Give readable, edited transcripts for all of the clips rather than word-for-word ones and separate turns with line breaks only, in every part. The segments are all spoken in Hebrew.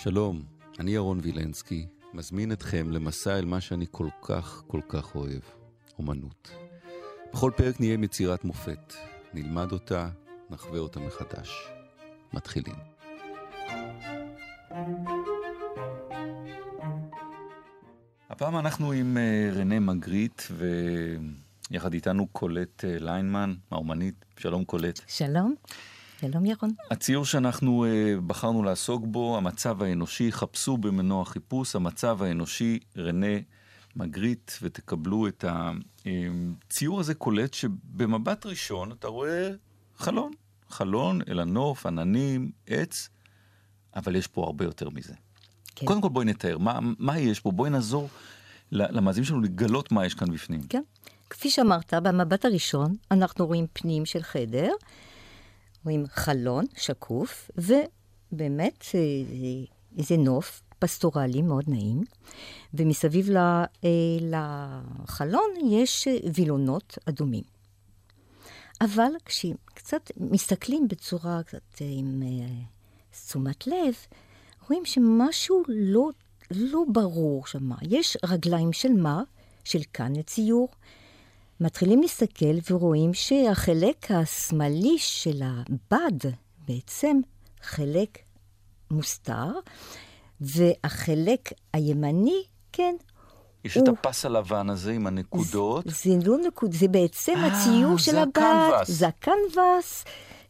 שלום, אני ירון וילנסקי, מזמין אתכם למסע אל מה שאני כל כך אוהב, אומנות. בכל פרק נהיה יצירת מופת, נלמד אותה, נחווה אותה מחדש. מתחילים. הפעם אנחנו עם רנה מגריט, ויחד איתנו קולט ליינמן, האומנית. שלום קולט.
שלום. שלום ירון.
הציור שאנחנו בחרנו לעסוק בו, המצב האנושי, חפשו במנוע חיפוש, המצב האנושי, רנה מגריט, ותקבלו את הציור הזה קולט שבמבט ראשון אתה רואה חלון אל הנוף, עננים, עץ, אבל יש פה הרבה יותר מזה. כן. קודם כל בואי נתאר, מה יש פה? בואי נעזור למאזינים שלנו לגלות מה יש כאן בפנים. כן.
כפי שאמרת, במבט הראשון אנחנו רואים פנים של חדר, רואים חלון שקוף, ובאמת איזה נוף פסטורלי מאוד נעים, ומסביב לחלון יש וילונות אדומים. אבל כשקצת מסתכלים בצורה קצת עם תשומת לב, רואים שמשהו לא ברור שם. יש רגליים של כאן לציור, מתחילים להסתכל ורואים שהחלק השמאלי של הבד בעצם חלק מוסתר, והחלק הימני, כן,
יש את הפס הלבן הזה עם הנקודות.
זה לא נקוד, זה בעצם הציור של הבד. זה הקנבס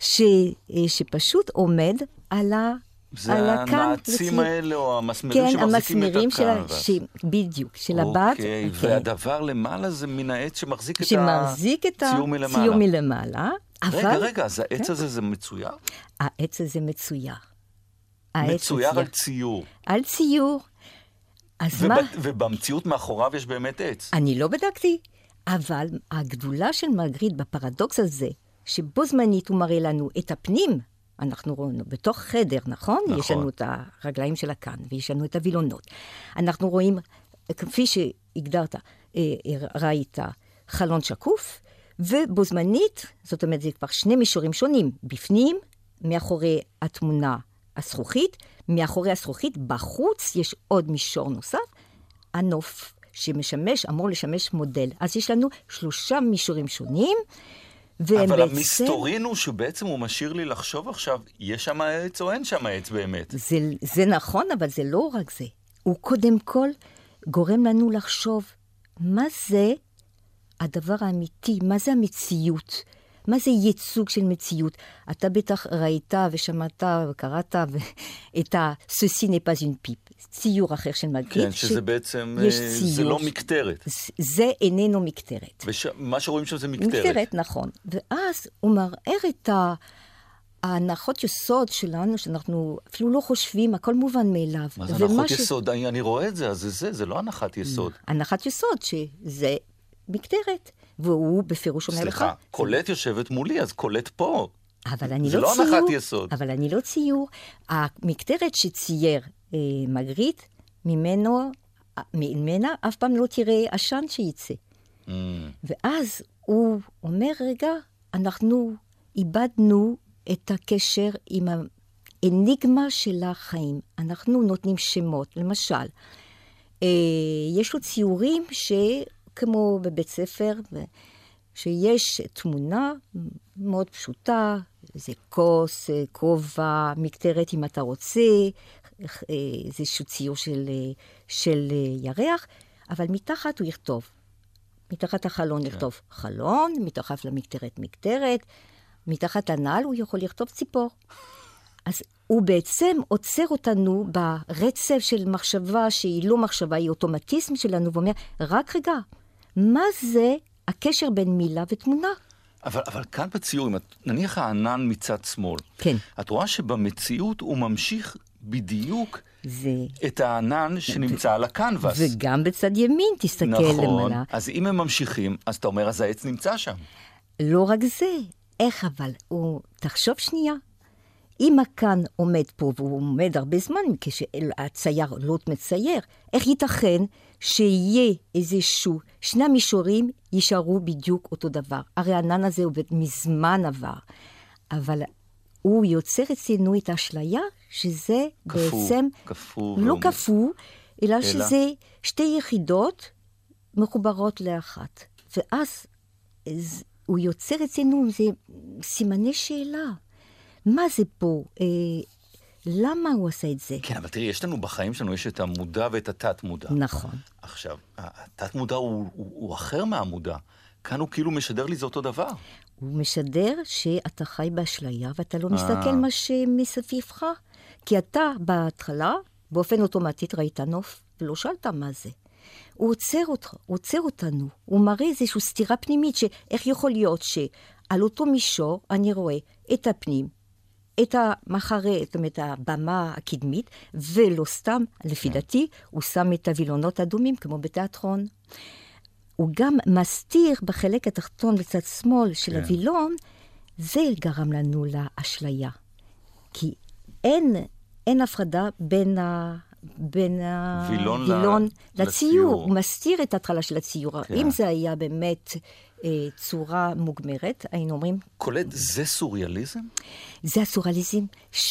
שפשוט עומד על
זה הנעצים האלה או המסמרים שמחזיקים את הקנבס.
בדיוק, של הבד.
אוקיי, והדבר למעלה זה מן העץ שמחזיק את הציור
מלמעלה.
רגע, אז העץ הזה זה מצויר?
העץ הזה מצויר.
מצויר על ציור.
על ציור. אז מה?
ובמציאות מאחוריו יש באמת עץ.
אני לא בדקתי, אבל הגדולה של מגריט בפרדוקס הזה, שבו זמנית הוא מראה לנו את הפנים, אנחנו רואים בתוך חדר, נכון? יש לנו את הרגליים של הכאן, ויש לנו את הווילונות. אנחנו רואים, כפי שהגדרת, ראית חלון שקוף, ובו זמנית, זאת אומרת, זה כבר שני מישורים שונים, בפנים, מאחורי התמונה הזכוכית, מאחורי הזכוכית, בחוץ יש עוד מישור נוסף, הנוף אמור לשמש מודל. אז יש לנו 3 מישורים שונים,
אבל המסתורין הוא שבעצם הוא משאיר לי לחשוב עכשיו, יש שם העץ או אין שם העץ באמת?
זה נכון, אבל זה לא רק זה. הוא קודם כל גורם לנו לחשוב, מה זה הדבר האמיתי? מה זה המציאות? מה זה ייצוג של מציאות? אתה בטח ראית ושמעת וקראת את ה-Ceci n'est pas une pipe, ציור אחר של מגריט.
כן, שזה בעצם, זה לא מקטרת.
זה איננו מקטרת.
ומה שרואים שם זה מקטרת.
מקטרת, נכון. ואז הוא מערער את ההנחות יסוד שלנו, שאנחנו אפילו לא חושבים, הכל מובן מאליו.
מה זה הנחות יסוד? אני רואה את זה, אז זה לא הנחת יסוד.
הנחת יסוד, שזה מקטרת. והוא בפירוש אומר לך.
סליחה, קולט יושבת מולי, אז קולט פה.
זה
לא הנחת יסוד.
אבל אני לא ציור. המקטרת שצייר מגריט, ממנה אף פעם לא תראה עשן שייצא. ואז הוא אומר, רגע, אנחנו איבדנו את הקשר עם האניגמה של החיים. אנחנו נותנים שמות. למשל, יש לו ציורים כמו בבית ספר, שיש תמונה מאוד פשוטה, זה כוס, כובע, מקטרת אם אתה רוצה, איזשהו ציור של ירח, אבל מתחת הוא יכתוב, מתחת החלון יכתוב חלון, מתחת למקטרת מקטרת, מתחת לנעל הוא יכול לכתוב ציפור. אז הוא בעצם עוצר אותנו ברצף של מחשבה שהיא לא מחשבה, היא אוטומטיזם שלנו, ואומר, רק רגע, מה זה הקשר בין מילה ותמונה?
אבל כאן בציור, נניח הענן מצד שמאל,
כן.
את רואה שבמציאות הוא ממשיך בדיוק את הענן שנמצא על הקנבס.
וגם בצד ימין, תסתכל למעלה.
נכון, אז אם הם ממשיכים, אז אתה אומר, אז העץ נמצא שם.
לא רק זה, איך אבל? תחשוב שנייה, אם הכאן עומד פה, והוא עומד הרבה זמן, כשהצייר לא מצייר, איך ייתכן שיהיה איזשהו, שני המישורים יישארו בדיוק אותו דבר. הרי הענן הזה עובד מזמן עבר, אבל הוא יוצר אצלנו את האשליה, שזה בעצם לא כפו, אלא שזה שתי יחידות מחוברות לאחת. ואז הוא יוצר אצלנו סימני שאלה. מה זה פה? למה הוא עשה את זה?
כן, אבל תראי, יש לנו בחיים שלנו, יש את המודע ואת התת-מודע.
נכון.
עכשיו, התת-מודע הוא אחר מהמודע. כאן הוא כאילו משדר לי זה אותו דבר.
הוא משדר שאתה חי באשליה, ואתה לא מסתכל מה שמסביבך. כי אתה בהתחלה, באופן אוטומטית, ראית נוף, ולא שאלת מה זה. הוא עוצר אותנו. הוא מראה איזושהי סתירה פנימית, שאיך יכול להיות שעל אותו מישור אני רואה את הפנים, את המחרה, זאת אומרת, הבמה הקדמית, ולא סתם, לפי דעתי, הוא שם את הווילונות אדומים, כמו בתיאטרון. הוא גם מסתיר בחלק התחתון בצד שמאל של הווילון, זה גרם לנו לאשליה. כי אין הפרדה בין הווילון לציור. הוא מסתיר את ההתחלה של הציור. אם זה היה באמת צורה מוגמרת, היינו אומרים...
קולט, זה סוריאליזם?
זה הסוריאליזם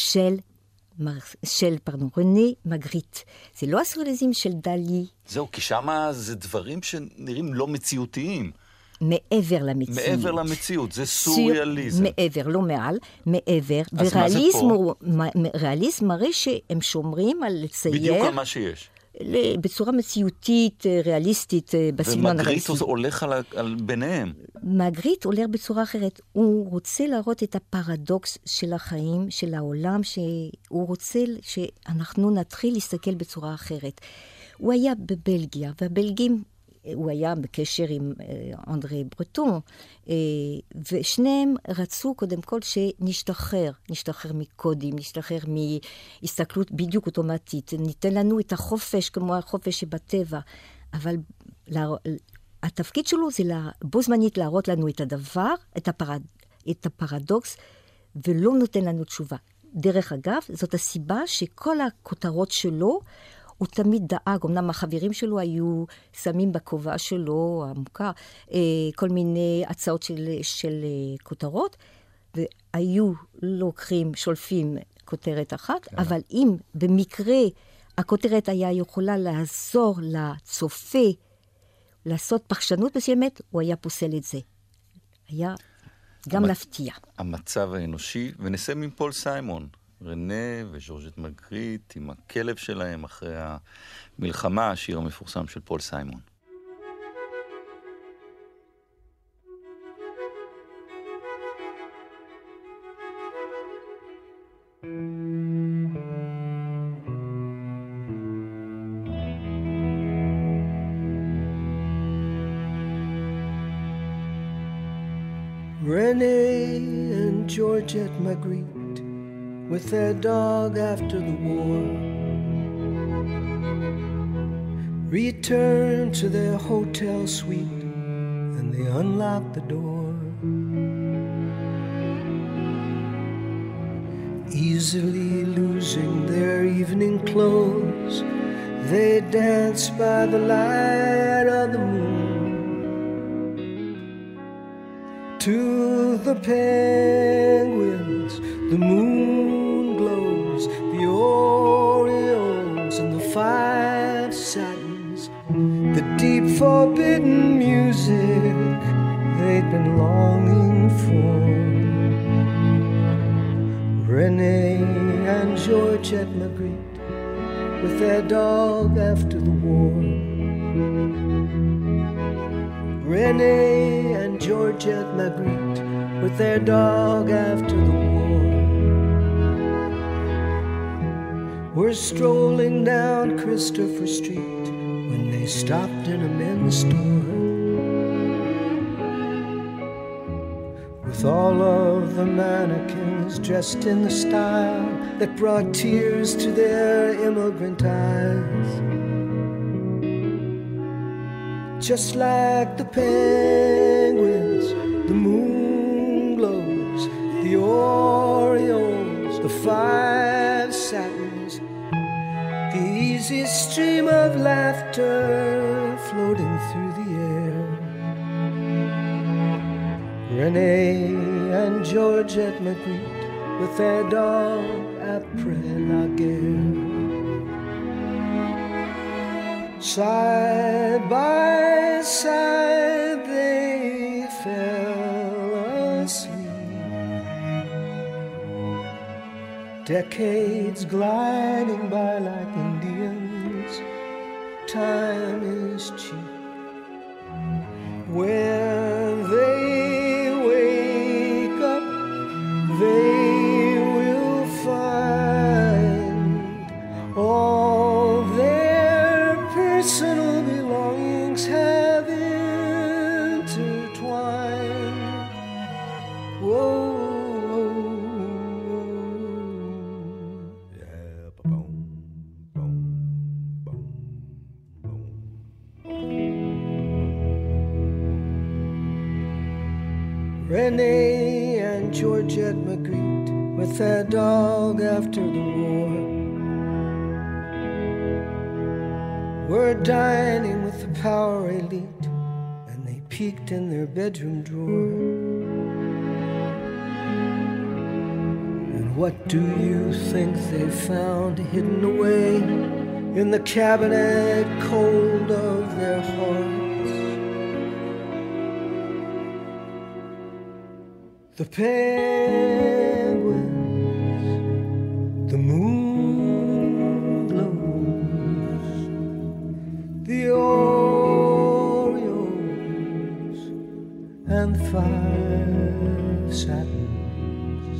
של רנה מגריט. זה לא הסוריאליזם של דלי.
זהו, כי שמה זה דברים שנראים לא מציאותיים.
מעבר למציאות.
מעבר למציאות, זה סוריאליזם.
מעבר, לא מעל, מעבר.
אז מה זה פה?
וריאליזם מראה שהם שומרים על לצייר...
בדיוק על מה שיש.
בצורה מציאותית, ריאליסטית, בסגנון הריאליסטי.
ומגריט הולך על ביניהם.
מגריט הולך בצורה אחרת. הוא רוצה להראות את הפרדוקס של החיים, של העולם, שהוא רוצה שאנחנו נתחיל להסתכל בצורה אחרת. הוא היה בבלגיה, והבלגים... הוא היה בקשר עם אנדרי ברטון, ושניהם רצו קודם כל שנשתחרר מקודים, נשתחרר מהסתכלות בדיוק אוטומטית, ניתן לנו את החופש כמו החופש שבטבע, אבל התפקיד שלו זה בו זמנית להראות לנו את הדבר, את הפרדוקס, ולא נותן לנו תשובה. דרך אגב, זאת הסיבה שכל הכותרות שלו, הוא תמיד דאג, אמנם החברים שלו היו שמים בכובע שלו, המוכר, כל מיני הצעות של כותרות, והיו שולפים כותרת אחת, אבל אם במקרה הכותרת היה יכולה לעזור לצופה, לעשות פרשנות מסוימת, הוא היה פוסל את זה. היה גם להפתיע.
המצב האנושי, ונסיים עם פול סיימון. רנה וז'ורג'ט מגריט עם הכלב שלהם אחרי המלחמה, השיר המפורסם של פול סיימון.
Rene and Georgette Magritte with their dog after the war returned to their hotel suite and they unlocked the door. Easily losing their evening clothes, they danced by the light of the moon to the penguins. The moon glows, the orioles and the five satins, the deep forbidden music they'd been longing for. Rene and Georgette Magritte with their dog after the war. Rene and Georgette Magritte with their dog after the war. We're strolling down Christopher Street when they stopped in a men's store. With all of the mannequins dressed in the style that brought tears to their immigrant eyes. Just like the penguins, the moon glows, the orioles, the five satins, the easy stream of laughter floating through the air. Rene and Georgette Magritte with their dog après la guerre. Side by side they fell asleep, decades gliding by like Indians. Time is cheap. When they wake up, they will find all their personal belongings have intertwined. Whoa. Renee and Georgette Magritte with their dog after the war were dining with the power elite, and they peeked in their bedroom drawer. And what do you think they found hidden away in the cabinet cold of their hearts? The penguins, the moon glows, the Orioles, and 5 satins.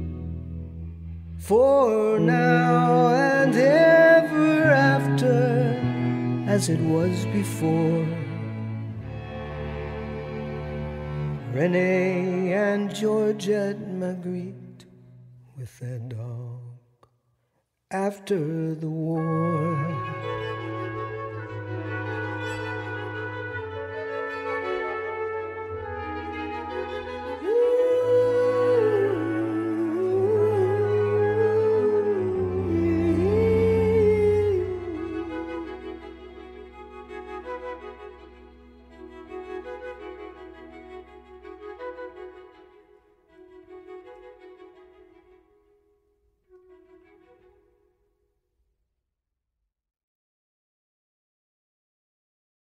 For now and ever after, as it was before, Renee and Georgette Magritte with their dog after the war.